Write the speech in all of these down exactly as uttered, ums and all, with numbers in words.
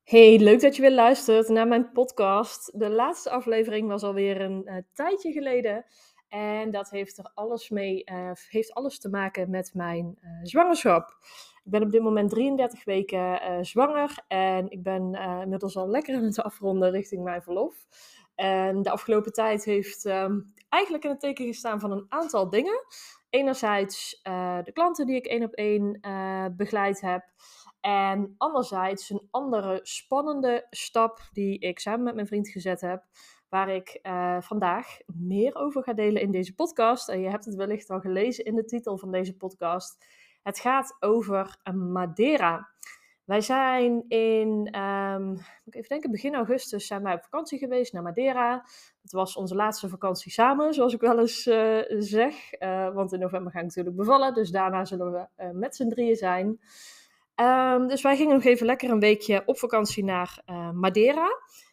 Hey, leuk dat je weer luistert naar mijn podcast. De laatste aflevering was alweer een eh, tijdje geleden. En dat heeft er alles mee, eh, heeft alles te maken met mijn eh, zwangerschap. Ik ben op dit moment drieëndertig weken eh, zwanger en ik ben eh, inmiddels al lekker aan het afronden richting mijn verlof. En de afgelopen tijd heeft ehm, eigenlijk in het teken gestaan van een aantal dingen. Enerzijds eh, de klanten die ik één op één eh, begeleid heb. En anderzijds een andere spannende stap die ik samen met mijn vriend gezet heb, waar ik uh, vandaag meer over ga delen in deze podcast. En je hebt het wellicht al gelezen in de titel van deze podcast. Het gaat over Madeira. Wij zijn in, um, moet ik even denken, begin augustus zijn wij op vakantie geweest naar Madeira. Het was onze laatste vakantie samen, zoals ik wel eens uh, zeg. Uh, want in november ga ik natuurlijk bevallen, dus daarna zullen we uh, met z'n drieën zijn. Um, dus wij gingen nog even lekker een weekje op vakantie naar uh, Madeira.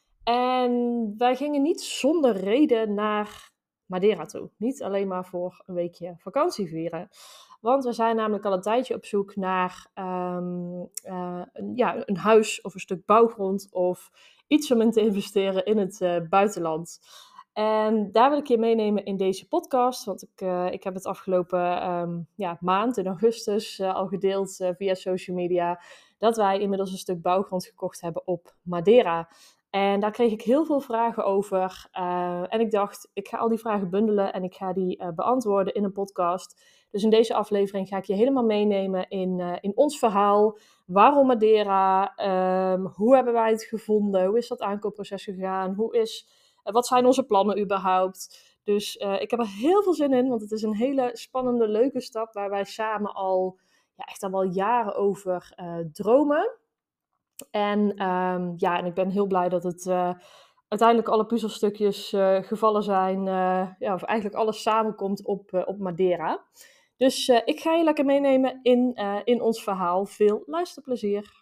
En wij gingen niet zonder reden naar Madeira toe. Niet alleen maar voor een weekje vakantie vieren. Want we zijn namelijk al een tijdje op zoek naar um, uh, een, ja, een huis of een stuk bouwgrond of iets om in te investeren in het uh, buitenland. En daar wil ik je meenemen in deze podcast, want ik, uh, ik heb het afgelopen um, ja, maand in augustus uh, al gedeeld uh, via social media dat wij inmiddels een stuk bouwgrond gekocht hebben op Madeira. En daar kreeg ik heel veel vragen over uh, en ik dacht, ik ga al die vragen bundelen en ik ga die uh, beantwoorden in een podcast. Dus in deze aflevering ga ik je helemaal meenemen in, uh, in ons verhaal. Waarom Madeira? Um, hoe hebben wij het gevonden? Hoe is dat aankoopproces gegaan? Hoe is... Wat zijn onze plannen überhaupt? Dus uh, ik heb er heel veel zin in, want het is een hele spannende, leuke stap waar wij samen al, ja, echt al wel jaren over uh, dromen. En, um, ja, en ik ben heel blij dat het uh, uiteindelijk alle puzzelstukjes uh, gevallen zijn. Uh, ja, of eigenlijk alles samenkomt op, uh, op Madeira. Dus uh, ik ga je lekker meenemen in, uh, in ons verhaal. Veel luisterplezier.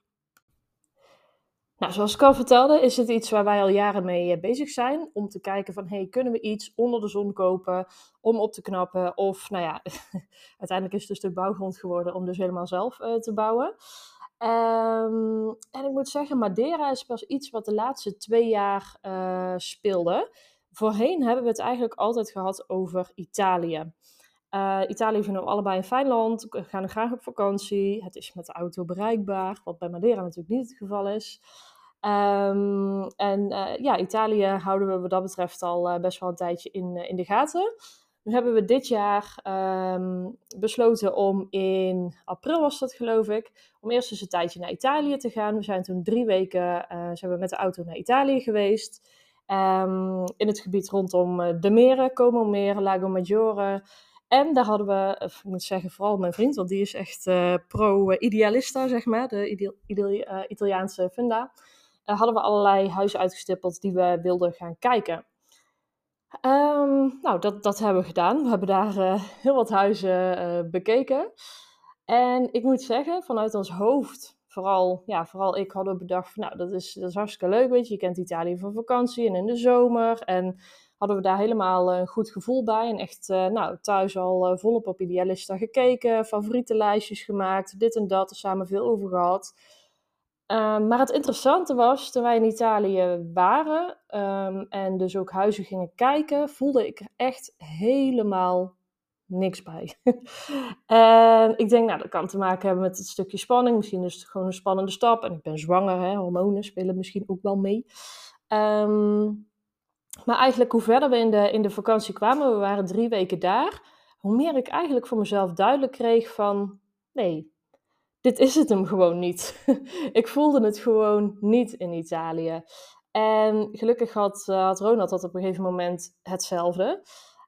Nou, zoals ik al vertelde, is het iets waar wij al jaren mee bezig zijn. Om te kijken van, hey, kunnen we iets onder de zon kopen om op te knappen? Of, nou ja, uiteindelijk is het een stuk bouwgrond geworden om dus helemaal zelf uh, te bouwen. Um, en ik moet zeggen, Madeira is pas iets wat de laatste twee jaar uh, speelde. Voorheen hebben we het eigenlijk altijd gehad over Italië. Uh, Italië vinden we allebei een fijn land. We gaan er graag op vakantie. Het is met de auto bereikbaar, wat bij Madeira natuurlijk niet het geval is. Um, en uh, ja, Italië houden we wat dat betreft al uh, best wel een tijdje in, uh, in de gaten. Nu hebben we dit jaar um, besloten om in april, was dat geloof ik, om eerst eens een tijdje naar Italië te gaan. We zijn toen drie weken uh, zijn we met de auto naar Italië geweest. Um, in het gebied rondom uh, de meren, Como Meer, Lago Maggiore. En daar hadden we, ik moet zeggen, vooral mijn vriend, want die is echt uh, pro-idealista, zeg maar, de ide- ide- uh, Italiaanse funda. Uh, hadden we allerlei huizen uitgestippeld die we wilden gaan kijken. Um, nou, dat, dat hebben we gedaan. We hebben daar uh, heel wat huizen uh, bekeken. En ik moet zeggen, vanuit ons hoofd, vooral, ja, vooral ik, hadden we bedacht van, nou, dat is, dat is hartstikke leuk, weet je. Je kent Italië van vakantie en in de zomer. En hadden we daar helemaal een goed gevoel bij. En echt, uh, nou, thuis al uh, volop op Idealista gekeken, favoriete lijstjes gemaakt, dit en dat, er samen veel over gehad. Um, maar het interessante was, toen wij in Italië waren um, en dus ook huizen gingen kijken, voelde ik er echt helemaal niks bij. En ik denk, nou, dat kan te maken hebben met het stukje spanning. Misschien is het gewoon een spannende stap. En ik ben zwanger, hè, hormonen spelen misschien ook wel mee. Um, maar eigenlijk hoe verder we in de, in de vakantie kwamen, we waren drie weken daar, hoe meer ik eigenlijk voor mezelf duidelijk kreeg van, nee, dit is het hem gewoon niet. Ik voelde het gewoon niet in Italië. En gelukkig had, uh, had Ronald dat op een gegeven moment hetzelfde.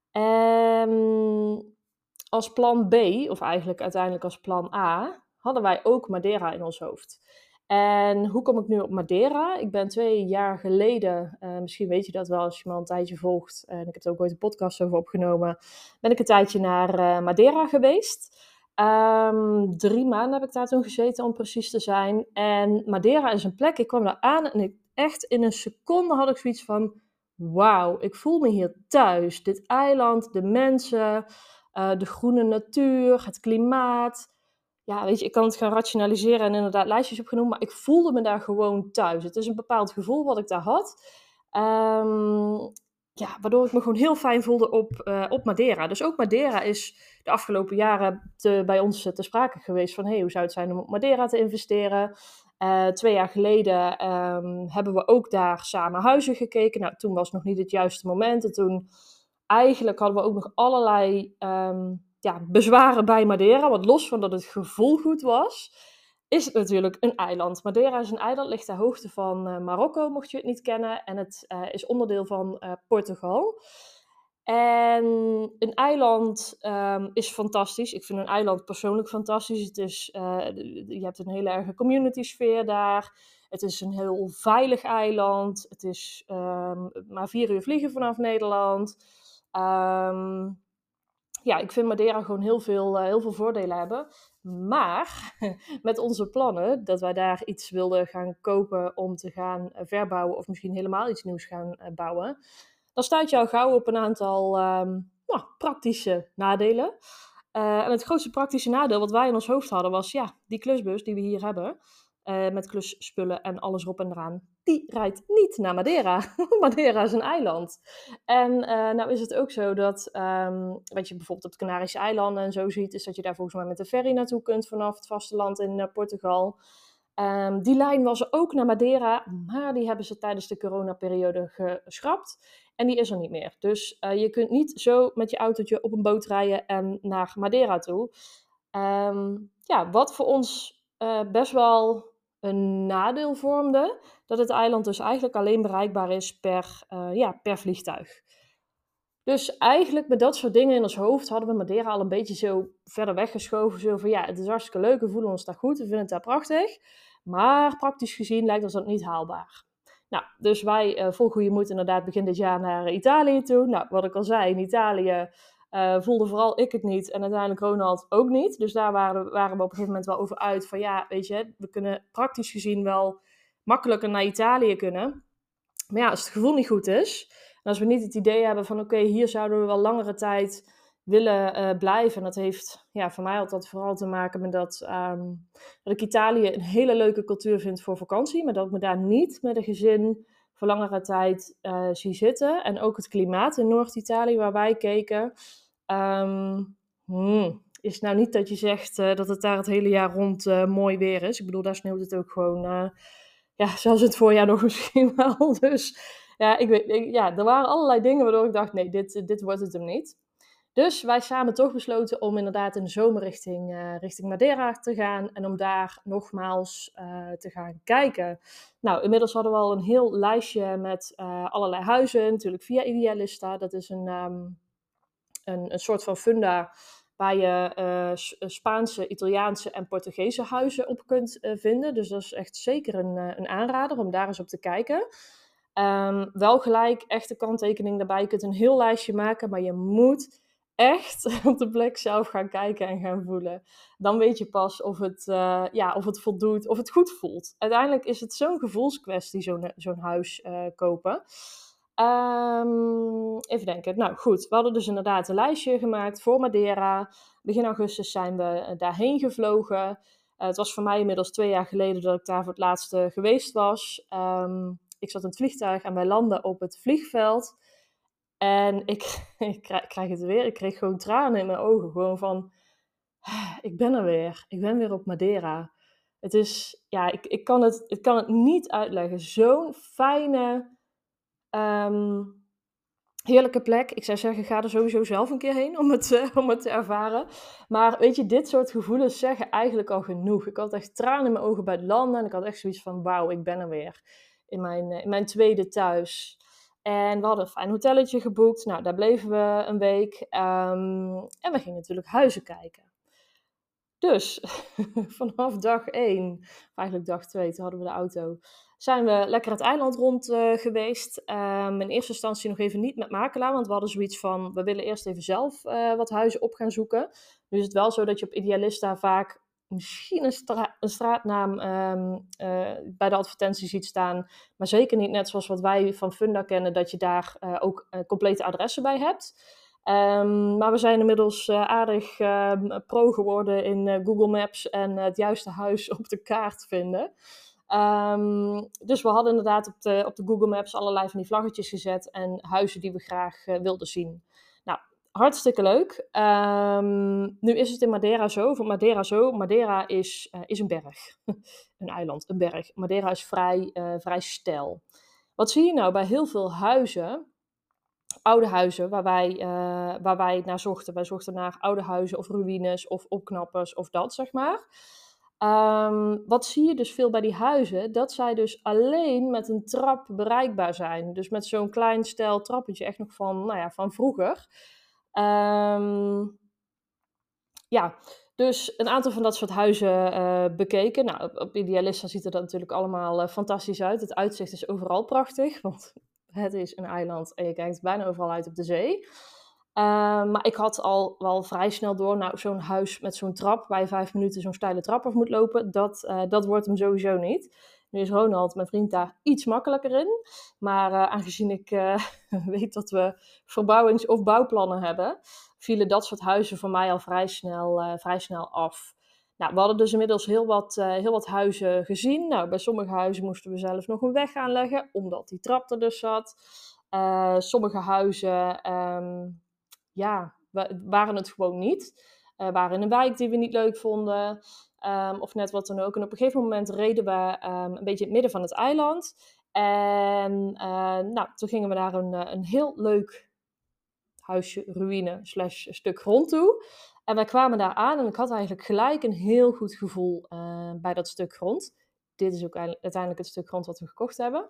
En als plan B, of eigenlijk uiteindelijk als plan A, hadden wij ook Madeira in ons hoofd. En hoe kom ik nu op Madeira? Ik ben twee jaar geleden, uh, misschien weet je dat wel als je me al een tijdje volgt, en ik heb er ook ooit een podcast over opgenomen, ben ik een tijdje naar uh, Madeira geweest. Um, drie maanden heb ik daar toen gezeten, om precies te zijn. En Madeira is een plek, ik kwam daar aan en ik echt in een seconde had ik zoiets van, wauw, ik voel me hier thuis. Dit eiland, de mensen, uh, de groene natuur, het klimaat. ja, weet je, ik kan het gaan rationaliseren en inderdaad lijstjes opgenoemd, maar ik voelde me daar gewoon thuis. Het is een bepaald gevoel wat ik daar had. Ehm, ja, waardoor ik me gewoon heel fijn voelde op, uh, op Madeira. Dus ook Madeira is de afgelopen jaren te, bij ons te sprake geweest van, hey, hoe zou het zijn om op Madeira te investeren? Uh, twee jaar geleden um, hebben we ook daar samen huizen gekeken. Nou, toen was nog niet het juiste moment. En toen eigenlijk hadden we ook nog allerlei um, ja, bezwaren bij Madeira. Want los van dat het gevoel goed was, is het natuurlijk een eiland. Madeira is een eiland, ligt ter hoogte van uh, Marokko, mocht je het niet kennen. En het uh, is onderdeel van uh, Portugal. En een eiland um, is fantastisch. Ik vind een eiland persoonlijk fantastisch. Het is, uh, je hebt een hele erge community sfeer daar. Het is een heel veilig eiland. Het is um, maar vier uur vliegen vanaf Nederland. Um, ja, ik vind Madeira gewoon heel veel, uh, heel veel voordelen hebben. Maar met onze plannen, dat wij daar iets wilden gaan kopen om te gaan uh, verbouwen of misschien helemaal iets nieuws gaan uh, bouwen, dan stuit je al gauw op een aantal um, nou, praktische nadelen. Uh, en het grootste praktische nadeel wat wij in ons hoofd hadden was, ja, die klusbus die we hier hebben, uh, met klusspullen en alles erop en eraan, die rijdt niet naar Madeira. Madeira is een eiland. En uh, nou is het ook zo dat, um, wat je bijvoorbeeld op de Canarische eilanden en zo ziet, is dat je daar volgens mij met de ferry naartoe kunt vanaf het vasteland in uh, Portugal. Um, die lijn was er ook naar Madeira, maar die hebben ze tijdens de coronaperiode geschrapt. En die is er niet meer. Dus uh, je kunt niet zo met je autootje op een boot rijden en naar Madeira toe. Um, ja, wat voor ons uh, best wel een nadeel vormde, dat het eiland dus eigenlijk alleen bereikbaar is per, uh, ja, per vliegtuig. Dus eigenlijk met dat soort dingen in ons hoofd hadden we Madeira al een beetje zo verder weggeschoven. Zo van ja, het is hartstikke leuk, we voelen ons daar goed, we vinden het daar prachtig. Maar praktisch gezien lijkt ons dat niet haalbaar. Nou, dus wij uh, vol goede moed inderdaad begin dit jaar naar Italië toe. Nou, wat ik al zei, in Italië uh, voelde vooral ik het niet en uiteindelijk Ronald ook niet. Dus daar waren, waren we op een gegeven moment wel over uit van ja, weet je, we kunnen praktisch gezien wel makkelijker naar Italië kunnen. Maar ja, als het gevoel niet goed is, en als we niet het idee hebben van oké, okay, hier zouden we wel langere tijd willen uh, blijven. En dat heeft ja, voor mij altijd vooral te maken met dat, um, dat ik Italië een hele leuke cultuur vind voor vakantie. Maar dat ik me daar niet met een gezin voor langere tijd uh, zie zitten. En ook het klimaat in Noord-Italië waar wij keken. Um, hmm, is nou niet dat je zegt uh, dat het daar het hele jaar rond uh, mooi weer is. Ik bedoel, daar sneeuwt het ook gewoon... Uh, ja, zelfs het voorjaar nog misschien wel. Dus ja, ik weet, ik, ja, er waren allerlei dingen waardoor ik dacht, nee, dit, dit wordt het hem niet. Dus wij samen toch besloten om inderdaad in de zomer richting, uh, richting Madeira te gaan. En om daar nogmaals uh, te gaan kijken. Nou, inmiddels hadden we al een heel lijstje met uh, allerlei huizen. Natuurlijk via Idealista. Dat is een, um, een, een soort van funda waar je uh, Spaanse, Italiaanse en Portugese huizen op kunt uh, vinden. Dus dat is echt zeker een, uh, een aanrader om daar eens op te kijken. Um, wel gelijk echte kanttekening daarbij. Je kunt een heel lijstje maken, maar je moet echt op de plek zelf gaan kijken en gaan voelen. Dan weet je pas of het, uh, ja, of het voldoet, of het goed voelt. Uiteindelijk is het zo'n gevoelskwestie, zo'n, zo'n huis uh, kopen. Um, even denken. Nou goed, we hadden dus inderdaad een lijstje gemaakt voor Madeira. Begin augustus zijn we daarheen gevlogen. Uh, het was voor mij inmiddels twee jaar geleden dat ik daar voor het laatste geweest was. Um, ik zat in het vliegtuig en wij landden op het vliegveld. En ik, ik krijg het weer, ik kreeg gewoon tranen in mijn ogen. Gewoon van, ik ben er weer. Ik ben weer op Madeira. Het is, ja, ik, ik, kan, het, ik kan het niet uitleggen. Zo'n fijne... Um, heerlijke plek. Ik zou zeggen, ga er sowieso zelf een keer heen om het, uh, om het te ervaren. Maar weet je, dit soort gevoelens zeggen eigenlijk al genoeg. Ik had echt tranen in mijn ogen bij het landen. En ik had echt zoiets van, wauw, ik ben er weer. In mijn, uh, in mijn tweede thuis. En we hadden een fijn hotelletje geboekt. Nou, daar bleven we een week. Um, en we gingen natuurlijk huizen kijken. Dus vanaf dag één, of eigenlijk dag twee, toen hadden we de auto, zijn we lekker het eiland rond uh, geweest. Um, in eerste instantie nog even niet met makelaar, want we hadden zoiets van, we willen eerst even zelf uh, wat huizen op gaan zoeken. Nu is het wel zo dat je op Idealista vaak misschien een, stra- een straatnaam um, uh, bij de advertentie ziet staan, maar zeker niet net zoals wat wij van Funda kennen, dat je daar uh, ook uh, complete adressen bij hebt. Um, maar we zijn inmiddels uh, aardig uh, pro geworden in uh, Google Maps en uh, het juiste huis op de kaart vinden. Um, dus we hadden inderdaad op de, op de Google Maps allerlei van die vlaggetjes gezet en huizen die we graag uh, wilden zien. Nou, hartstikke leuk. Um, nu is het in Madeira zo, voor Madeira zo, Madeira is, uh, is een berg. Een eiland, een berg. Madeira is vrij, uh, vrij steil. Wat zie je nou bij heel veel huizen, oude huizen, waar wij, uh, waar wij naar zochten. Wij zochten naar oude huizen of ruïnes of opknappers of dat, zeg maar. Um, wat zie je dus veel bij die huizen? Dat zij dus alleen met een trap bereikbaar zijn. Dus met zo'n klein stel trappetje, echt nog van, nou ja, van vroeger. Um, ja, dus een aantal van dat soort huizen uh, bekeken. Nou, op, op Idealista ziet er dat natuurlijk allemaal uh, fantastisch uit. Het uitzicht is overal prachtig, want het is een eiland en je kijkt bijna overal uit op de zee. Uh, maar ik had al wel vrij snel door, nou, zo'n huis met zo'n trap, waar je vijf minuten zo'n steile trap af moet lopen, dat, uh, dat wordt hem sowieso niet. Nu is Ronald, mijn vriend, daar iets makkelijker in. Maar uh, aangezien ik uh, weet dat we verbouwings- of bouwplannen hebben, vielen dat soort huizen voor mij al vrij snel, uh, vrij snel af. Nou, we hadden dus inmiddels heel wat, uh, heel wat huizen gezien. Nou, bij sommige huizen moesten we zelf nog een weg aanleggen, omdat die trap er dus zat. Uh, sommige huizen um, ja, waren het gewoon niet. Uh, waren in een wijk die we niet leuk vonden. Um, of net wat dan ook. En op een gegeven moment reden we um, een beetje in het midden van het eiland. En uh, nou, toen gingen we naar een, een heel leuk huisje, ruïne, slash stuk grond toe. En wij kwamen daar aan en ik had eigenlijk gelijk een heel goed gevoel uh, bij dat stuk grond. Dit is ook uiteindelijk het stuk grond wat we gekocht hebben.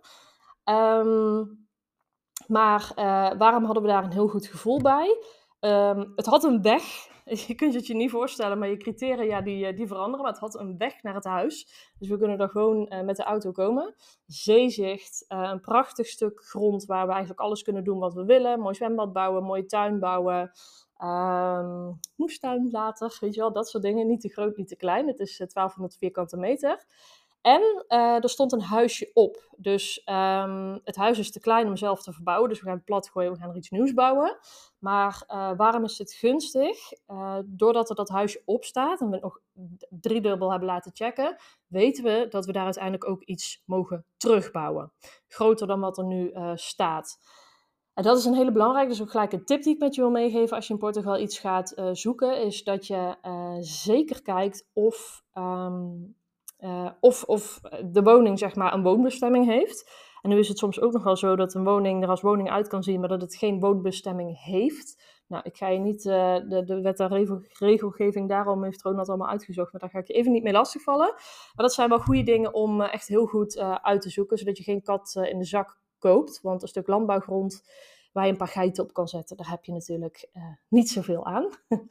Um, maar uh, waarom hadden we daar een heel goed gevoel bij? Um, het had een weg. Je kunt het je niet voorstellen, maar je criteria die, die veranderen. Maar het had een weg naar het huis. Dus we kunnen er gewoon uh, met de auto komen. Zeezicht, uh, een prachtig stuk grond waar we eigenlijk alles kunnen doen wat we willen. Mooi zwembad bouwen, een mooie tuin bouwen. Um, moestuin later, weet je wel, dat soort dingen. Niet te groot, niet te klein. Het is twaalfhonderd vierkante meter. En uh, er stond een huisje op. Dus um, het huis is te klein om zelf te verbouwen. Dus we gaan het plat gooien, we gaan er iets nieuws bouwen. Maar uh, waarom is dit gunstig? Uh, doordat er dat huisje op staat en we het nog driedubbel hebben laten checken, weten we dat we daar uiteindelijk ook iets mogen terugbouwen. Groter dan wat er nu uh, staat. En dat is een hele belangrijke, dus ook gelijk een tip die ik met je wil meegeven als je in Portugal iets gaat uh, zoeken, is dat je uh, zeker kijkt of... Um, Uh, of, of de woning, zeg maar, een woonbestemming heeft. En nu is het soms ook nog wel zo dat een woning er als woning uit kan zien, maar dat het geen woonbestemming heeft. Nou, ik ga je niet, uh, de, de wet en regel, regelgeving daarom heeft Ronald allemaal uitgezocht, maar daar ga ik je even niet mee lastigvallen. Maar dat zijn wel goede dingen om uh, echt heel goed uh, uit te zoeken, zodat je geen kat uh, in de zak koopt. Want een stuk landbouwgrond waar je een paar geiten op kan zetten, daar heb je natuurlijk uh, niet zoveel aan.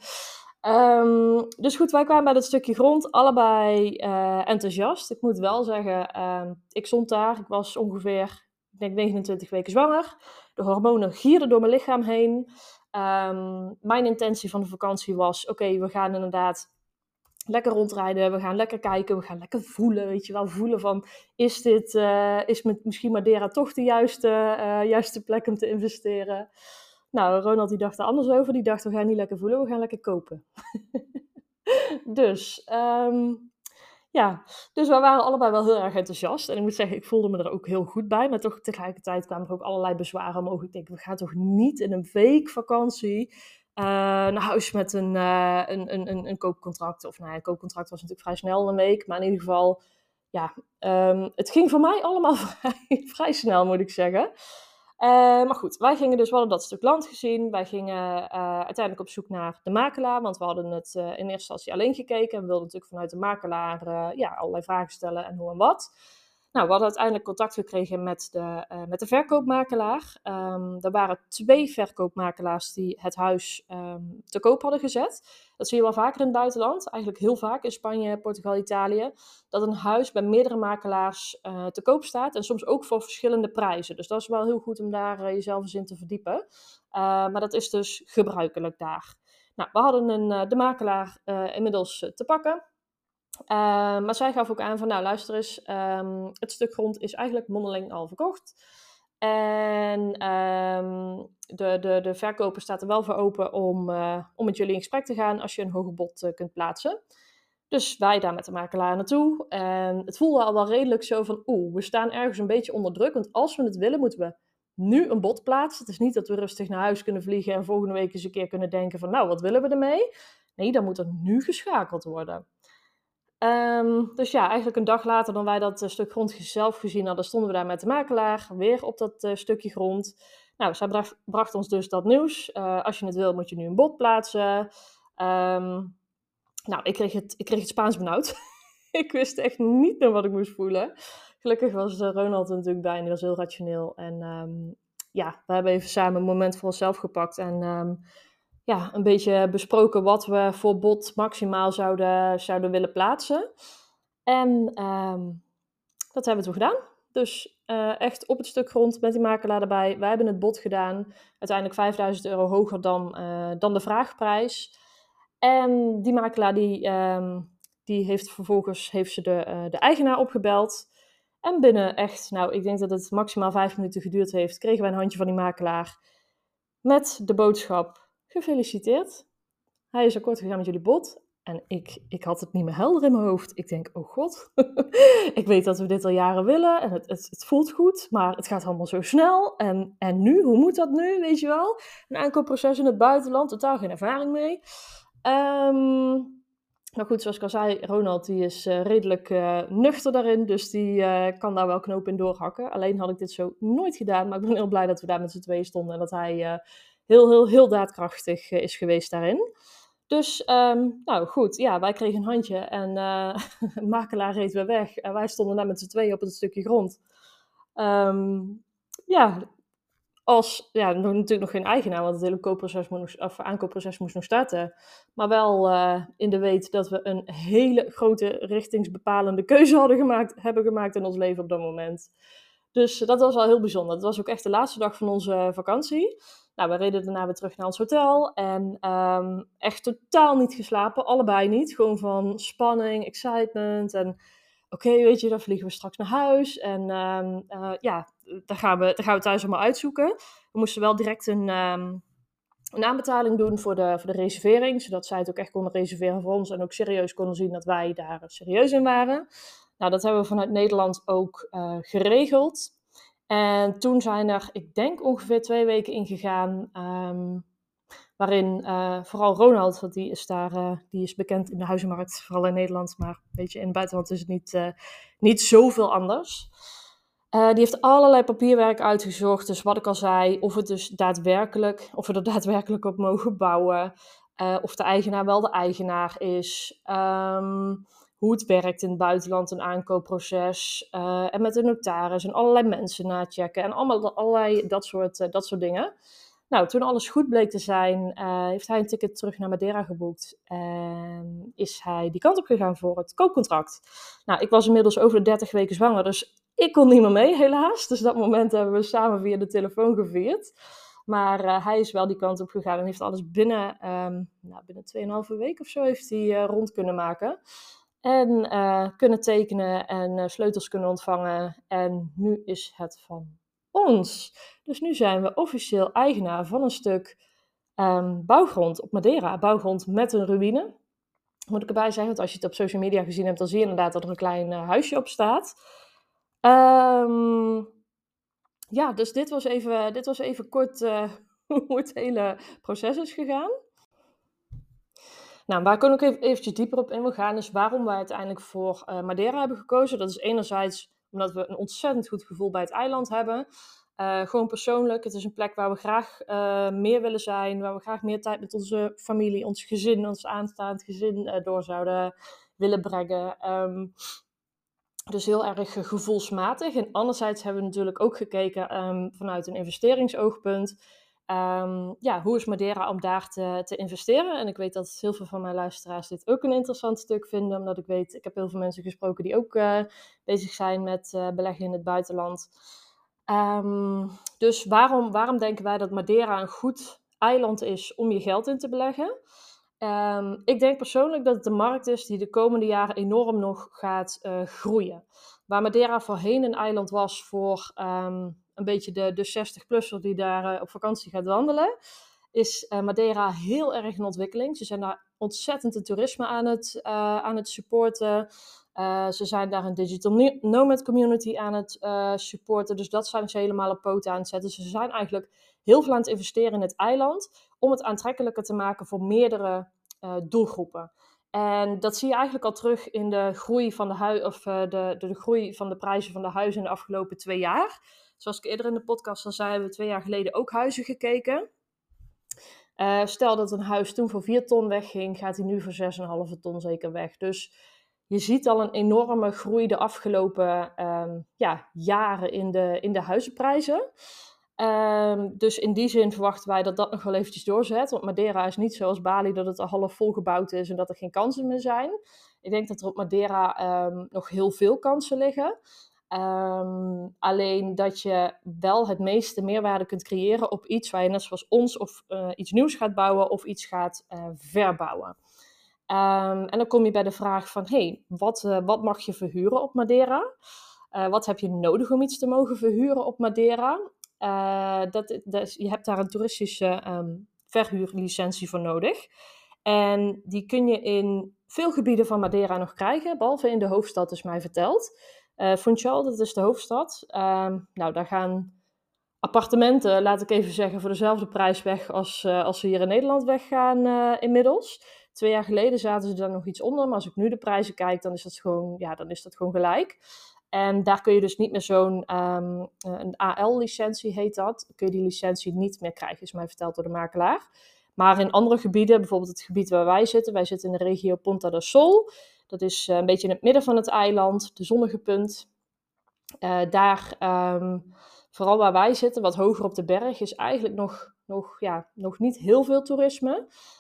Um, dus goed, wij kwamen bij dat stukje grond, allebei uh, enthousiast. Ik moet wel zeggen, uh, ik stond daar, ik was ongeveer, ik denk negenentwintig weken zwanger. De hormonen gierden door mijn lichaam heen. Um, mijn intentie van de vakantie was, oké, okay, we gaan inderdaad lekker rondrijden, we gaan lekker kijken, we gaan lekker voelen, weet je wel, voelen van, is dit, uh, is met misschien Madeira toch de juiste, uh, juiste plek om te investeren? Nou, Ronald die dacht er anders over. Die dacht, we gaan niet lekker voelen, we gaan lekker kopen. dus, um, ja. Dus we waren allebei wel heel erg enthousiast. En ik moet zeggen, ik voelde me er ook heel goed bij. Maar toch tegelijkertijd kwamen er ook allerlei bezwaren omhoog. Ik denk, we gaan toch niet in een week vakantie uh, naar huis met een, uh, een, een, een, een koopcontract. Of nou ja, een koopcontract was natuurlijk vrij snel een week. Maar in ieder geval, ja, um, het ging voor mij allemaal vrij, vrij snel, moet ik zeggen. Uh, maar goed, wij gingen dus, we hadden dat stuk land gezien. Wij gingen uh, uiteindelijk op zoek naar de makelaar, want we hadden het uh, in eerste instantie alleen gekeken. En we wilden natuurlijk vanuit de makelaar uh, ja, allerlei vragen stellen en hoe en wat. Nou, we hadden uiteindelijk contact gekregen met de, uh, met de verkoopmakelaar. Um, er waren twee verkoopmakelaars die het huis um, te koop hadden gezet. Dat zie je wel vaker in het buitenland, eigenlijk heel vaak in Spanje, Portugal, Italië. Dat een huis bij meerdere makelaars uh, te koop staat en soms ook voor verschillende prijzen. Dus dat is wel heel goed om daar uh, jezelf eens in te verdiepen. Uh, maar dat is dus gebruikelijk daar. Nou, we hadden een, uh, de makelaar uh, inmiddels uh, te pakken. Uh, maar zij gaf ook aan van, nou luister eens, um, het stuk grond is eigenlijk mondeling al verkocht. En ehm, de, de, de verkoper staat er wel voor open om, uh, om met jullie in gesprek te gaan als je een hoger bod uh, kunt plaatsen. Dus wij daar met de makelaar naartoe. En het voelde al wel redelijk zo van, oeh, we staan ergens een beetje onder druk. Want als we het willen, moeten we nu een bod plaatsen. Het is niet dat we rustig naar huis kunnen vliegen en volgende week eens een keer kunnen denken van, nou, wat willen we ermee? Nee, dan moet er nu geschakeld worden. Um, dus ja, eigenlijk een dag later dan wij dat uh, stuk grond zelf gezien hadden, stonden we daar met de makelaar, weer op dat uh, stukje grond. Nou, zij bracht, bracht ons dus dat nieuws. Uh, als je het wil, moet je nu een bod plaatsen. Um, nou, ik kreeg het, ik kreeg het Spaans benauwd. Ik wist echt niet meer wat ik moest voelen. Gelukkig was uh, Ronald er natuurlijk bij en die was heel rationeel. En um, ja, we hebben even samen een moment voor onszelf gepakt en um, ja, een beetje besproken wat we voor bod maximaal zouden, zouden willen plaatsen. En um, dat hebben we toen gedaan. Dus uh, echt op het stuk grond met die makelaar erbij. Wij hebben het bod gedaan. Uiteindelijk vijfduizend euro hoger dan, uh, dan de vraagprijs. En die makelaar die, um, die heeft vervolgens heeft ze de, uh, de eigenaar opgebeld. En binnen echt, nou ik denk dat het maximaal vijf minuten geduurd heeft, kregen wij een handje van die makelaar met de boodschap: gefeliciteerd. Hij is akkoord gegaan met jullie bod. En ik, ik had het niet meer helder in mijn hoofd. Ik denk, oh god, ik weet dat we dit al jaren willen en het, het, het voelt goed, maar het gaat allemaal zo snel. En, en nu, hoe moet dat nu, weet je wel? Een aankoopproces in het buitenland, totaal geen ervaring mee. Um, nou goed, zoals ik al zei, Ronald die is uh, redelijk uh, nuchter daarin, dus die uh, kan daar wel knopen in doorhakken. Alleen had ik dit zo nooit gedaan, maar ik ben heel blij dat we daar met z'n tweeën stonden en dat hij uh, heel, heel, heel daadkrachtig uh, is geweest daarin. Dus, um, nou goed, ja, wij kregen een handje en uh, de makelaar reed weer weg. En wij stonden daar met z'n tweeën op het stukje grond. Um, ja, als, ja, nog, natuurlijk nog geen eigenaar, want het hele koopproces moest, of aankoopproces moest nog starten. Maar wel uh, in de weet dat we een hele grote richtingsbepalende keuze hadden gemaakt, hebben gemaakt in ons leven op dat moment. Dus dat was al heel bijzonder. Het was ook echt de laatste dag van onze vakantie. Nou, we reden daarna weer terug naar ons hotel en um, echt totaal niet geslapen, allebei niet. Gewoon van spanning, excitement en oké, okay, weet je, dan vliegen we straks naar huis en um, uh, ja, daar gaan, we, daar gaan we thuis allemaal uitzoeken. We moesten wel direct een, um, een aanbetaling doen voor de, voor de reservering, zodat zij het ook echt konden reserveren voor ons en ook serieus konden zien dat wij daar serieus in waren. Nou, dat hebben we vanuit Nederland ook uh, geregeld. En toen zijn er, ik denk ongeveer twee weken ingegaan, um, waarin uh, vooral Ronald, want die is daar, uh, die is bekend in de huizenmarkt, vooral in Nederland, maar weet je, in het buitenland is het niet, uh, niet zoveel anders. Uh, die heeft allerlei papierwerk uitgezocht, dus wat ik al zei, of het dus daadwerkelijk, of we er daadwerkelijk op mogen bouwen, uh, of de eigenaar wel de eigenaar is, um, hoe het werkt in het buitenland, een aankoopproces, uh, en met de notaris en allerlei mensen nachecken en allemaal allerlei dat soort, uh, dat soort dingen. Nou, toen alles goed bleek te zijn, uh, heeft hij een ticket terug naar Madeira geboekt en is hij die kant op gegaan voor het koopcontract. Nou, ik was inmiddels over de dertig weken zwanger, dus ik kon niet meer mee, helaas. Dus dat moment hebben we samen via de telefoon gevierd. Maar uh, hij is wel die kant op gegaan en heeft alles binnen, um, nou, binnen twee en een halve week of zo heeft hij uh, rond kunnen maken. En uh, kunnen tekenen en uh, sleutels kunnen ontvangen. En nu is het van ons. Dus nu zijn we officieel eigenaar van een stuk um, bouwgrond op Madeira. Bouwgrond met een ruïne. Moet ik erbij zeggen, want als je het op social media gezien hebt, dan zie je inderdaad dat er een klein uh, huisje op staat. Um, ja, dus dit was even, dit was even kort uh, hoe het hele proces is gegaan. Nou, waar ik ook even eventjes dieper op in wil gaan, is waarom wij uiteindelijk voor uh, Madeira hebben gekozen. Dat is enerzijds omdat we een ontzettend goed gevoel bij het eiland hebben. Uh, gewoon persoonlijk, het is een plek waar we graag uh, meer willen zijn, waar we graag meer tijd met onze familie, ons gezin, ons aanstaand gezin uh, door zouden willen brengen. Um, dus heel erg uh, gevoelsmatig. En anderzijds hebben we natuurlijk ook gekeken um, vanuit een investeringsoogpunt. Um, ja, hoe is Madeira om daar te, te investeren? En ik weet dat heel veel van mijn luisteraars dit ook een interessant stuk vinden, omdat ik weet, ik heb heel veel mensen gesproken die ook uh, bezig zijn met uh, beleggen in het buitenland. Um, dus waarom, waarom denken wij dat Madeira een goed eiland is om je geld in te beleggen? Um, ik denk persoonlijk dat het een markt is die de komende jaren enorm nog gaat uh, groeien. Waar Madeira voorheen een eiland was voor um, een beetje de, de zestig-plusser die daar uh, op vakantie gaat wandelen, is uh, Madeira heel erg in ontwikkeling. Ze zijn daar ontzettend het toerisme aan het, uh, aan het supporten. Uh, ze zijn daar een digital nomad community aan het uh, supporten. Dus dat zijn ze helemaal op poten aan het zetten. Ze zijn eigenlijk heel veel aan het investeren in het eiland om het aantrekkelijker te maken voor meerdere uh, doelgroepen. En dat zie je eigenlijk al terug in de groei van de, hui- of, uh, de, de, de groei van de prijzen van de huizen in de afgelopen twee jaar. Zoals ik eerder in de podcast al zei, hebben we twee jaar geleden ook huizen gekeken. Uh, stel dat een huis toen voor vier ton wegging, gaat hij nu voor zes komma vijf ton zeker weg. Dus je ziet al een enorme groei de afgelopen um, ja, jaren in de, in de huizenprijzen. Um, dus in die zin verwachten wij dat dat nog wel eventjes doorzet. Want Madeira is niet zoals Bali dat het al half vol gebouwd is en dat er geen kansen meer zijn. Ik denk dat er op Madeira um, nog heel veel kansen liggen. Um, alleen dat je wel het meeste meerwaarde kunt creëren op iets waar je net zoals ons of uh, iets nieuws gaat bouwen of iets gaat uh, verbouwen. Um, en dan kom je bij de vraag van, hey, wat, uh, wat mag je verhuren op Madeira? Uh, wat heb je nodig om iets te mogen verhuren op Madeira? Uh, dat, dat, je hebt daar een toeristische um, verhuurlicentie voor nodig. En die kun je in veel gebieden van Madeira nog krijgen, behalve in de hoofdstad is mij verteld. Uh, Funchal, dat is de hoofdstad. Um, nou, daar gaan appartementen, laat ik even zeggen, voor dezelfde prijs weg als, uh, als ze hier in Nederland weggaan uh, inmiddels. Twee jaar geleden zaten ze daar nog iets onder, maar als ik nu de prijzen kijk, dan is dat gewoon, ja, dan is dat gewoon gelijk. En daar kun je dus niet meer zo'n um, een A L-licentie heet dat. Kun je die licentie niet meer krijgen, is mij verteld door de makelaar. Maar in andere gebieden, bijvoorbeeld het gebied waar wij zitten, wij zitten in de regio Ponta do Sol. Dat is uh, een beetje in het midden van het eiland, de zonnige punt. Uh, daar, um, vooral waar wij zitten, wat hoger op de berg, is eigenlijk nog, nog, ja, nog niet heel veel toerisme.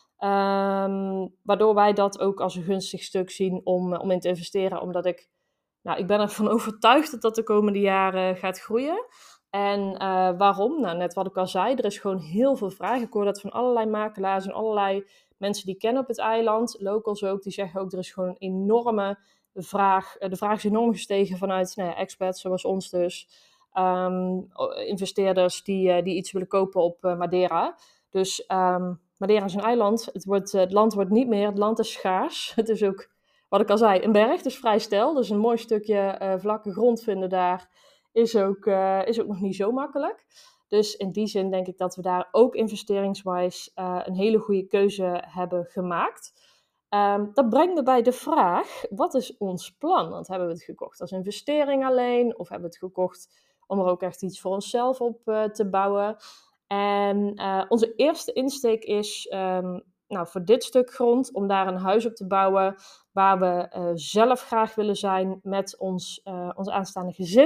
Um, waardoor wij dat ook als een gunstig stuk zien om, om in te investeren. Omdat ik, nou, ik ben ervan overtuigd dat dat de komende jaren gaat groeien. En uh, waarom? Nou, net wat ik al zei, er is gewoon heel veel vraag. Ik hoor dat van allerlei makelaars en allerlei mensen die kennen op het eiland. Locals ook, die zeggen ook, er is gewoon een enorme vraag. De vraag is enorm gestegen vanuit nou ja, experts zoals ons dus. Um, investeerders die, die iets willen kopen op uh, Madeira. Dus um, Madeira is een eiland. Het, wordt, het land wordt niet meer, het land is schaars. Het is ook, wat ik al zei, een berg, dus vrij steil. Dus een mooi stukje uh, vlakke grond vinden daar is ook, uh, is ook nog niet zo makkelijk. Dus in die zin denk ik dat we daar ook investeringswise uh, een hele goede keuze hebben gemaakt. Um, dat brengt me bij de vraag, wat is ons plan? Want hebben we het gekocht als investering alleen? Of hebben we het gekocht om er ook echt iets voor onszelf op uh, te bouwen? En uh, onze eerste insteek is um, nou, voor dit stuk grond om daar een huis op te bouwen waar we uh, zelf graag willen zijn met ons, uh, ons aanstaande gezin.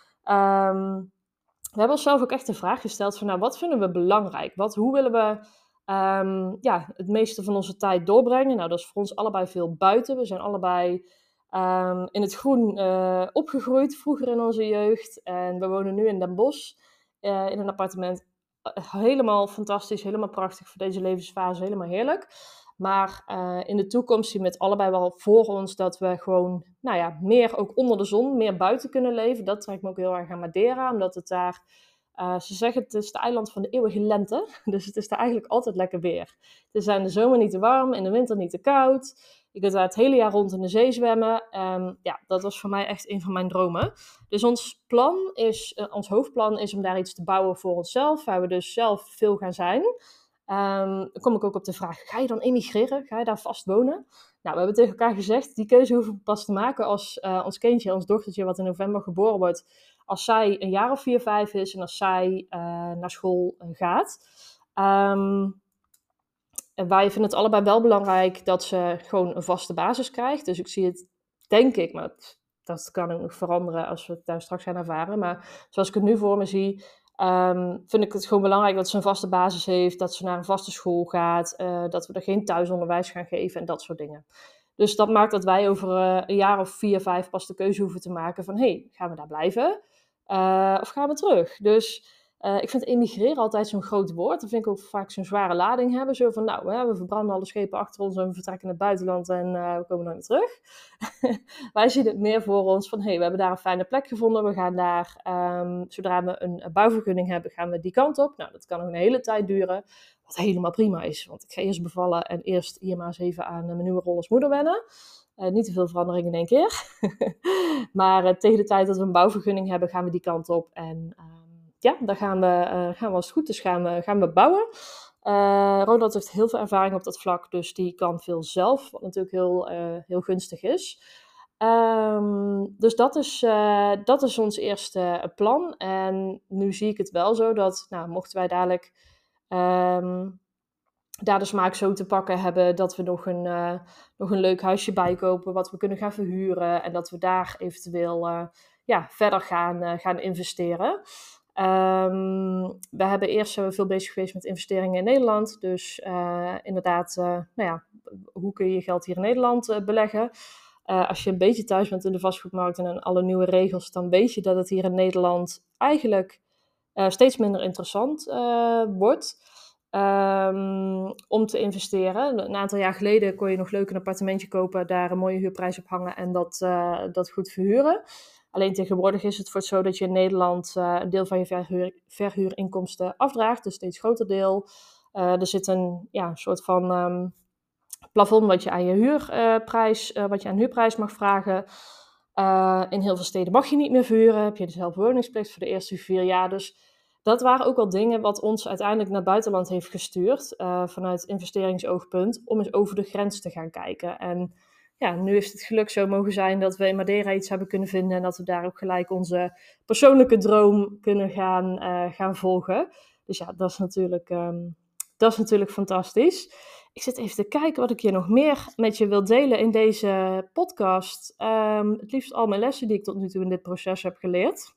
Um, we hebben onszelf ook echt de vraag gesteld van nou, wat vinden we belangrijk? Wat, hoe willen we um, ja, het meeste van onze tijd doorbrengen? Nou, dat is voor ons allebei veel buiten. We zijn allebei um, in het groen uh, opgegroeid, vroeger in onze jeugd. En we wonen nu in Den Bosch uh, in een appartement. Helemaal fantastisch, helemaal prachtig voor deze levensfase, helemaal heerlijk. Maar uh, in de toekomst zien we het allebei wel voor ons dat we gewoon, nou ja, meer ook onder de zon, meer buiten kunnen leven. Dat trekt me ook heel erg aan Madeira, omdat het daar, uh, ze zeggen het is het eiland van de eeuwige lente. Dus het is daar eigenlijk altijd lekker weer. Het is in de zomer niet te warm, in de winter niet te koud. Je kunt daar het hele jaar rond in de zee zwemmen. Um, ja, dat was voor mij echt een van mijn dromen. Dus ons plan is, uh, ons hoofdplan is om daar iets te bouwen voor onszelf, waar we dus zelf veel gaan zijn. Um, dan kom ik ook op de vraag, ga je dan emigreren? Ga je daar vast wonen? Nou, we hebben tegen elkaar gezegd, die keuze hoeven we pas te maken als uh, ons kindje, ons dochtertje wat in november geboren wordt, als zij een jaar of vier, vijf is en als zij uh, naar school uh, gaat. Um, en wij vinden het allebei wel belangrijk dat ze gewoon een vaste basis krijgt. Dus ik zie het, denk ik, maar het, dat kan ook nog veranderen als we het daar straks gaan ervaren. Maar zoals ik het nu voor me zie, Um, vind ik het gewoon belangrijk dat ze een vaste basis heeft, dat ze naar een vaste school gaat, uh, dat we er geen thuisonderwijs gaan geven en dat soort dingen. Dus dat maakt dat wij over uh, een jaar of vier, vijf pas de keuze hoeven te maken van, hey, gaan we daar blijven uh, of gaan we terug? Dus Uh, ik vind emigreren altijd zo'n groot woord. Dat vind ik ook vaak zo'n zware lading hebben. Zo van, nou, hè, we verbranden alle schepen achter ons en we vertrekken naar het buitenland en uh, we komen nooit meer terug. Wij zien het meer voor ons van, hé, hey, we hebben daar een fijne plek gevonden. We gaan daar, um, zodra we een, een bouwvergunning hebben, gaan we die kant op. Nou, dat kan nog een hele tijd duren. Wat helemaal prima is, want ik ga eerst bevallen en eerst hier maar eens even aan mijn nieuwe rol als moeder wennen. Uh, niet te veel verandering in één keer. maar uh, tegen de tijd dat we een bouwvergunning hebben, gaan we die kant op. En uh, ja, dan gaan we, uh, gaan we als het goed is, gaan we, gaan we bouwen. Uh, Ronald heeft heel veel ervaring op dat vlak, dus die kan veel zelf, wat natuurlijk heel, uh, heel gunstig is. Um, dus dat is, uh, dat is ons eerste plan. En nu zie ik het wel zo dat, nou, mochten wij dadelijk um, daar de smaak zo te pakken hebben dat we nog een, uh, nog een leuk huisje bijkopen wat we kunnen gaan verhuren en dat we daar eventueel uh, ja, verder gaan, uh, gaan investeren. Um, we hebben eerst uh, veel bezig geweest met investeringen in Nederland. Dus uh, inderdaad, uh, nou ja, hoe kun je je geld hier in Nederland uh, beleggen? Uh, als je een beetje thuis bent in de vastgoedmarkt en in alle nieuwe regels, dan weet je dat het hier in Nederland eigenlijk uh, steeds minder interessant uh, wordt. Um, om te investeren. Een aantal jaar geleden kon je nog leuk een appartementje kopen, daar een mooie huurprijs op hangen en dat, uh, dat goed verhuren. Alleen tegenwoordig is het voor het zo dat je in Nederland uh, een deel van je verhuur, verhuurinkomsten afdraagt, dus steeds groter deel. Uh, er zit een ja, soort van um, plafond wat je aan je huurprijs, uh, wat je aan huurprijs mag vragen. Uh, in heel veel steden mag je niet meer verhuren, heb je dezelfde woningsplicht voor de eerste vier jaar. Dus dat waren ook al dingen wat ons uiteindelijk naar het buitenland heeft gestuurd, uh, vanuit investeringsoogpunt, om eens over de grens te gaan kijken. En ja, nu is het geluk zo mogen zijn dat we in Madeira iets hebben kunnen vinden en dat we daar ook gelijk onze persoonlijke droom kunnen gaan, uh, gaan volgen. Dus ja, dat is natuurlijk, um, dat is natuurlijk fantastisch. Ik zit even te kijken wat ik hier nog meer met je wil delen in deze podcast. Um, het liefst al mijn lessen die ik tot nu toe in dit proces heb geleerd.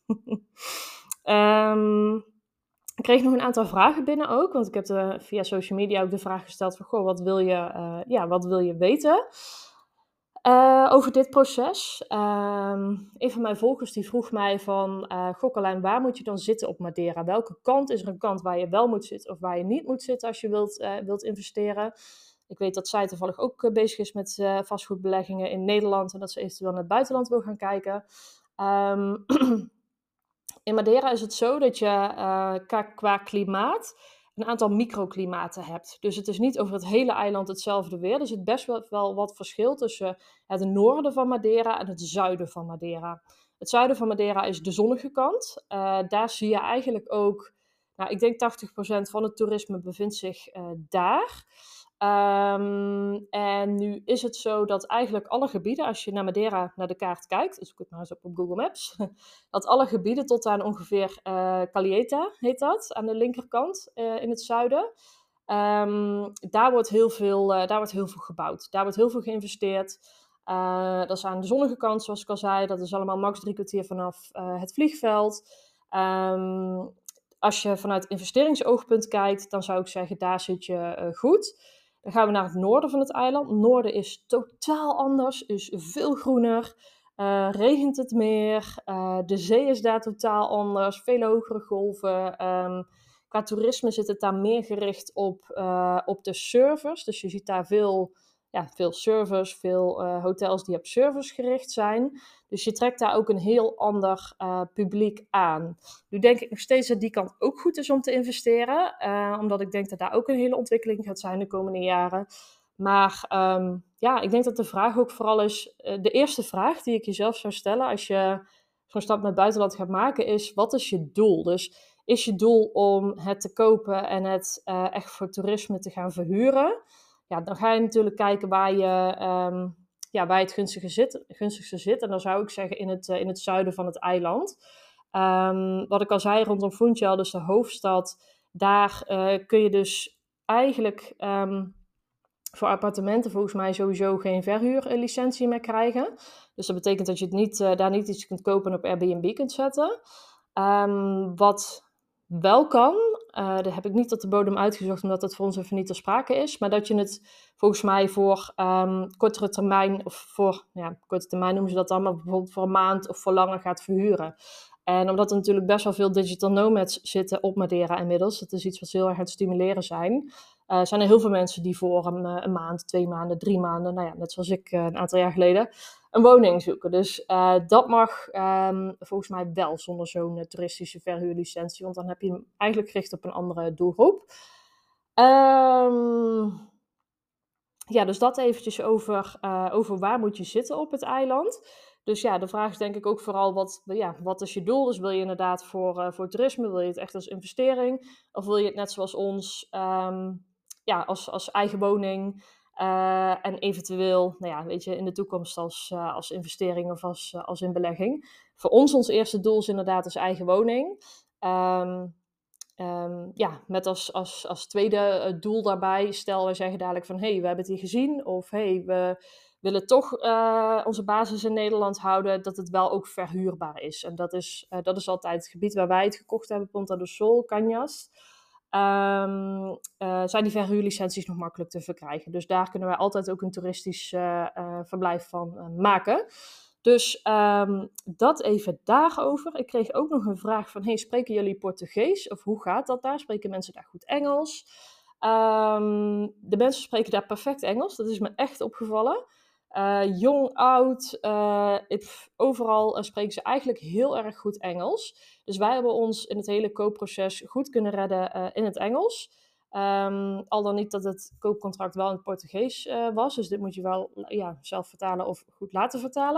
um, ik kreeg nog een aantal vragen binnen ook, want ik heb de, via social media ook de vraag gesteld van, goh, wat wil je, uh, ja, wat wil je weten uh, over dit proces? Um, een van mijn volgers die vroeg mij van, uh, goh Carlijn, waar moet je dan zitten op Madeira? Welke kant is er een kant waar je wel moet zitten of waar je niet moet zitten als je wilt, uh, wilt investeren? Ik weet dat zij toevallig ook uh, bezig is met uh, vastgoedbeleggingen in Nederland en dat ze eventueel naar het buitenland wil gaan kijken. Um, In Madeira is het zo dat je uh, qua klimaat een aantal microklimaten hebt. Dus het is niet over het hele eiland hetzelfde weer. Er zit best wel, wel wat verschil tussen het noorden van Madeira en het zuiden van Madeira. Het zuiden van Madeira is de zonnige kant. Uh, daar zie je eigenlijk ook, nou, ik denk tachtig procent van het toerisme bevindt zich uh, daar. Um, en nu is het zo dat eigenlijk alle gebieden, als je naar Madeira naar de kaart kijkt, dus ik het maar eens op op Google Maps, dat alle gebieden tot aan ongeveer uh, Calheta, heet dat, aan de linkerkant uh, in het zuiden, um, daar, wordt heel veel, uh, daar wordt heel veel gebouwd. Daar wordt heel veel geïnvesteerd. Uh, dat is aan de zonnige kant, zoals ik al zei. Dat is allemaal max drie kwartier vanaf uh, het vliegveld. Um, als je vanuit investeringsoogpunt kijkt, dan zou ik zeggen, daar zit je uh, goed. Dan gaan we naar het noorden van het eiland. Het noorden is totaal anders, is veel groener. Uh, regent het meer. Uh, de zee is daar totaal anders. Veel hogere golven. Um, qua toerisme zit het daar meer gericht op, uh, op de service. Dus je ziet daar veel, ja, veel service, veel uh, hotels die op service gericht zijn. Dus je trekt daar ook een heel ander uh, publiek aan. Nu denk ik nog steeds dat die kant ook goed is om te investeren. Uh, omdat ik denk dat daar ook een hele ontwikkeling gaat zijn de komende jaren. Maar um, ja, ik denk dat de vraag ook vooral is, uh, de eerste vraag die ik jezelf zou stellen als je zo'n stap naar het buitenland gaat maken is, wat is je doel? Dus is je doel om het te kopen en het uh, echt voor toerisme te gaan verhuren? Ja, dan ga je natuurlijk kijken waar je, um, ja, waar je het gunstigste zit, gunstigste zit. En dan zou ik zeggen in het, uh, in het zuiden van het eiland. Um, wat ik al zei, rondom Funchal, dus de hoofdstad, daar uh, kun je dus eigenlijk um, voor appartementen volgens mij sowieso geen verhuurlicentie meer krijgen. Dus dat betekent dat je het niet, uh, daar niet iets kunt kopen en op Airbnb kunt zetten. Um, wat wel kan, uh, dat heb ik niet tot de bodem uitgezocht omdat dat voor ons even niet ter sprake is, maar dat je het volgens mij voor um, kortere termijn, of voor, ja, korte termijn noemen ze dat dan, maar bijvoorbeeld voor een maand of voor langer gaat verhuren. En omdat er natuurlijk best wel veel digital nomads zitten op Madeira inmiddels, dat is iets wat ze heel erg aan het stimuleren zijn, uh, zijn er heel veel mensen die voor een, uh, een maand, twee maanden, drie maanden, nou ja, net zoals ik uh, een aantal jaar geleden, een woning zoeken. Dus uh, dat mag um, volgens mij wel zonder zo'n uh, toeristische verhuurlicentie, want dan heb je hem eigenlijk gericht op een andere doelgroep. Um, ja, dus dat eventjes over, uh, over waar moet je zitten op het eiland. Dus ja, de vraag is denk ik ook vooral, wat, ja, wat is je doel? Dus wil je inderdaad voor, uh, voor toerisme, wil je het echt als investering? Of wil je het net zoals ons, um, ja, als, als eigen woning uh, en eventueel, nou ja, weet je, in de toekomst als, uh, als investering of als, uh, als in belegging? Voor ons, ons eerste doel is inderdaad als eigen woning. Um, Um, ja, met als, als, als tweede uh, doel daarbij, stel we zeggen dadelijk van, hé, hey, we hebben het hier gezien, of hé, hey, we willen toch uh, onze basis in Nederland houden, dat het wel ook verhuurbaar is. En dat is, uh, dat is altijd het gebied waar wij het gekocht hebben, Ponta do Sol, Cañas. Um, uh, zijn die verhuurlicenties nog makkelijk te verkrijgen. Dus daar kunnen wij altijd ook een toeristisch uh, uh, verblijf van uh, maken. Dus um, dat even daarover. Ik kreeg ook nog een vraag van, hey, spreken jullie Portugees? Of hoe gaat dat daar? Spreken mensen daar goed Engels? Um, de mensen spreken daar perfect Engels. Dat is me echt opgevallen. Uh, jong, oud, uh, ik, overal uh, spreken ze eigenlijk heel erg goed Engels. Dus wij hebben ons in het hele koopproces goed kunnen redden uh, in het Engels. Um, al dan niet dat het koopcontract wel in het Portugees uh, was. Dus dit moet je wel ja, zelf vertalen of goed laten vertalen.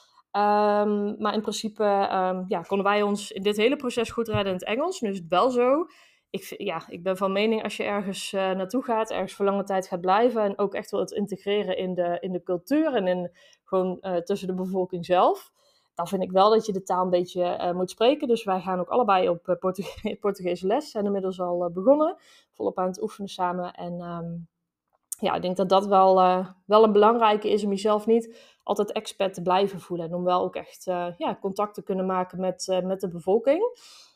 Um, maar in principe um, ja, konden wij ons in dit hele proces goed redden in het Engels. Nu is het wel zo. Ik, ja, ik ben van mening, als je ergens uh, naartoe gaat, ergens voor lange tijd gaat blijven en ook echt wil het integreren in de, in de cultuur en in, gewoon uh, tussen de bevolking zelf, dan vind ik wel dat je de taal een beetje uh, moet spreken. Dus wij gaan ook allebei op uh, Portuge- Portugees les. Zijn inmiddels al uh, begonnen. Volop aan het oefenen samen. En um, ja, ik denk dat dat wel, uh, wel een belangrijke is om jezelf niet altijd expat te blijven voelen. En om wel ook echt uh, ja, contact te kunnen maken met, uh, met de bevolking.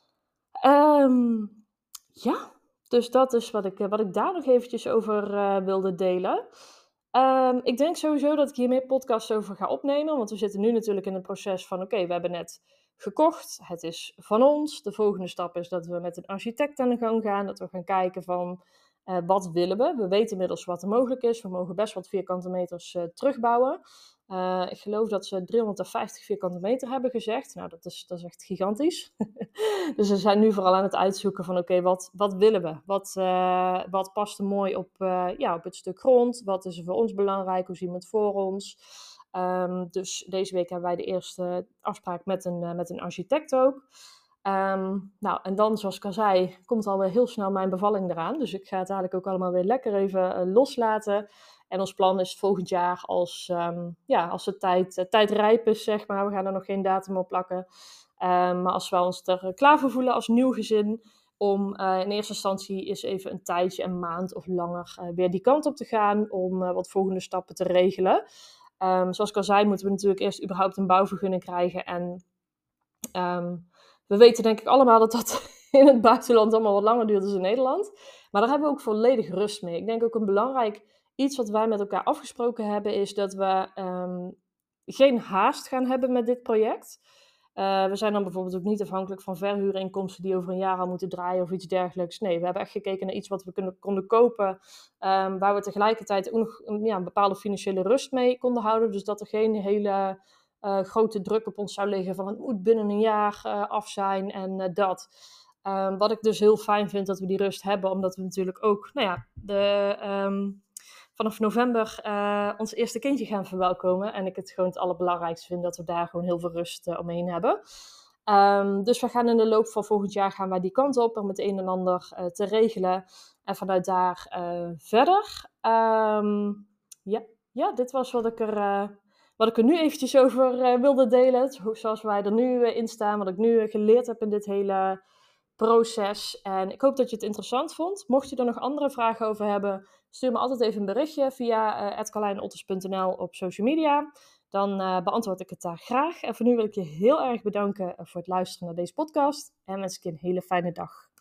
Um, ja, dus dat is wat ik, wat ik daar nog eventjes over uh, wilde delen. Um, ik denk sowieso dat ik hier meer podcasts over ga opnemen. Want we zitten nu natuurlijk in het proces van, oké, okay, we hebben net gekocht. Het is van ons. De volgende stap is dat we met een architect aan de gang gaan. Dat we gaan kijken van, uh, wat willen we? We weten inmiddels wat er mogelijk is. We mogen best wat vierkante meters uh, terugbouwen. Uh, ik geloof dat ze driehonderdvijftig vierkante meter hebben gezegd. Nou, dat is, dat is echt gigantisch. Dus we zijn nu vooral aan het uitzoeken van, oké, okay, wat, wat willen we? Wat, uh, wat past er mooi op, uh, ja, op het stuk grond? Wat is er voor ons belangrijk? Hoe zien we het voor ons? Um, dus deze week hebben wij de eerste afspraak met een, uh, met een architect ook. Um, nou, en dan, zoals ik al zei, komt alweer heel snel mijn bevalling eraan. Dus ik ga het eigenlijk ook allemaal weer lekker even uh, loslaten. En ons plan is volgend jaar, als, um, ja, als de tijd, uh, tijd rijp is, zeg maar. We gaan er nog geen datum op plakken. Um, maar als we ons er klaar voor voelen als nieuw gezin, om uh, in eerste instantie eens even een tijdje, een maand of langer, uh, weer die kant op te gaan. Om uh, wat volgende stappen te regelen. Um, zoals ik al zei, moeten we natuurlijk eerst überhaupt een bouwvergunning krijgen. En um, we weten denk ik allemaal dat dat in het buitenland allemaal wat langer duurt dan in Nederland. Maar daar hebben we ook volledig rust mee. Ik denk ook een belangrijk iets wat wij met elkaar afgesproken hebben, is dat we um, geen haast gaan hebben met dit project. Uh, we zijn dan bijvoorbeeld ook niet afhankelijk van verhuurinkomsten die over een jaar al moeten draaien of iets dergelijks. Nee, we hebben echt gekeken naar iets wat we kunnen, konden kopen, um, waar we tegelijkertijd ook nog een, ja, een bepaalde financiële rust mee konden houden. Dus dat er geen hele uh, grote druk op ons zou liggen van het moet binnen een jaar uh, af zijn en uh, dat. Um, wat ik dus heel fijn vind dat we die rust hebben, omdat we natuurlijk ook, nou ja, de... Um, vanaf november uh, ons eerste kindje gaan verwelkomen. En ik het gewoon het allerbelangrijkste vind dat we daar gewoon heel veel rust uh, omheen hebben. Um, dus we gaan in de loop van volgend jaar gaan wij die kant op om het een en ander uh, te regelen. En vanuit daar uh, verder. Um, ja, ja, dit was wat ik er, uh, wat ik er nu eventjes over uh, wilde delen. Zoals wij er nu uh, in staan, wat ik nu uh, geleerd heb in dit hele proces. En ik hoop dat je het interessant vond. Mocht je er nog andere vragen over hebben, stuur me altijd even een berichtje via uh, at carlijneotters punt n l op social media. Dan uh, beantwoord ik het daar graag. En voor nu wil ik je heel erg bedanken voor het luisteren naar deze podcast. En wens ik je een hele fijne dag.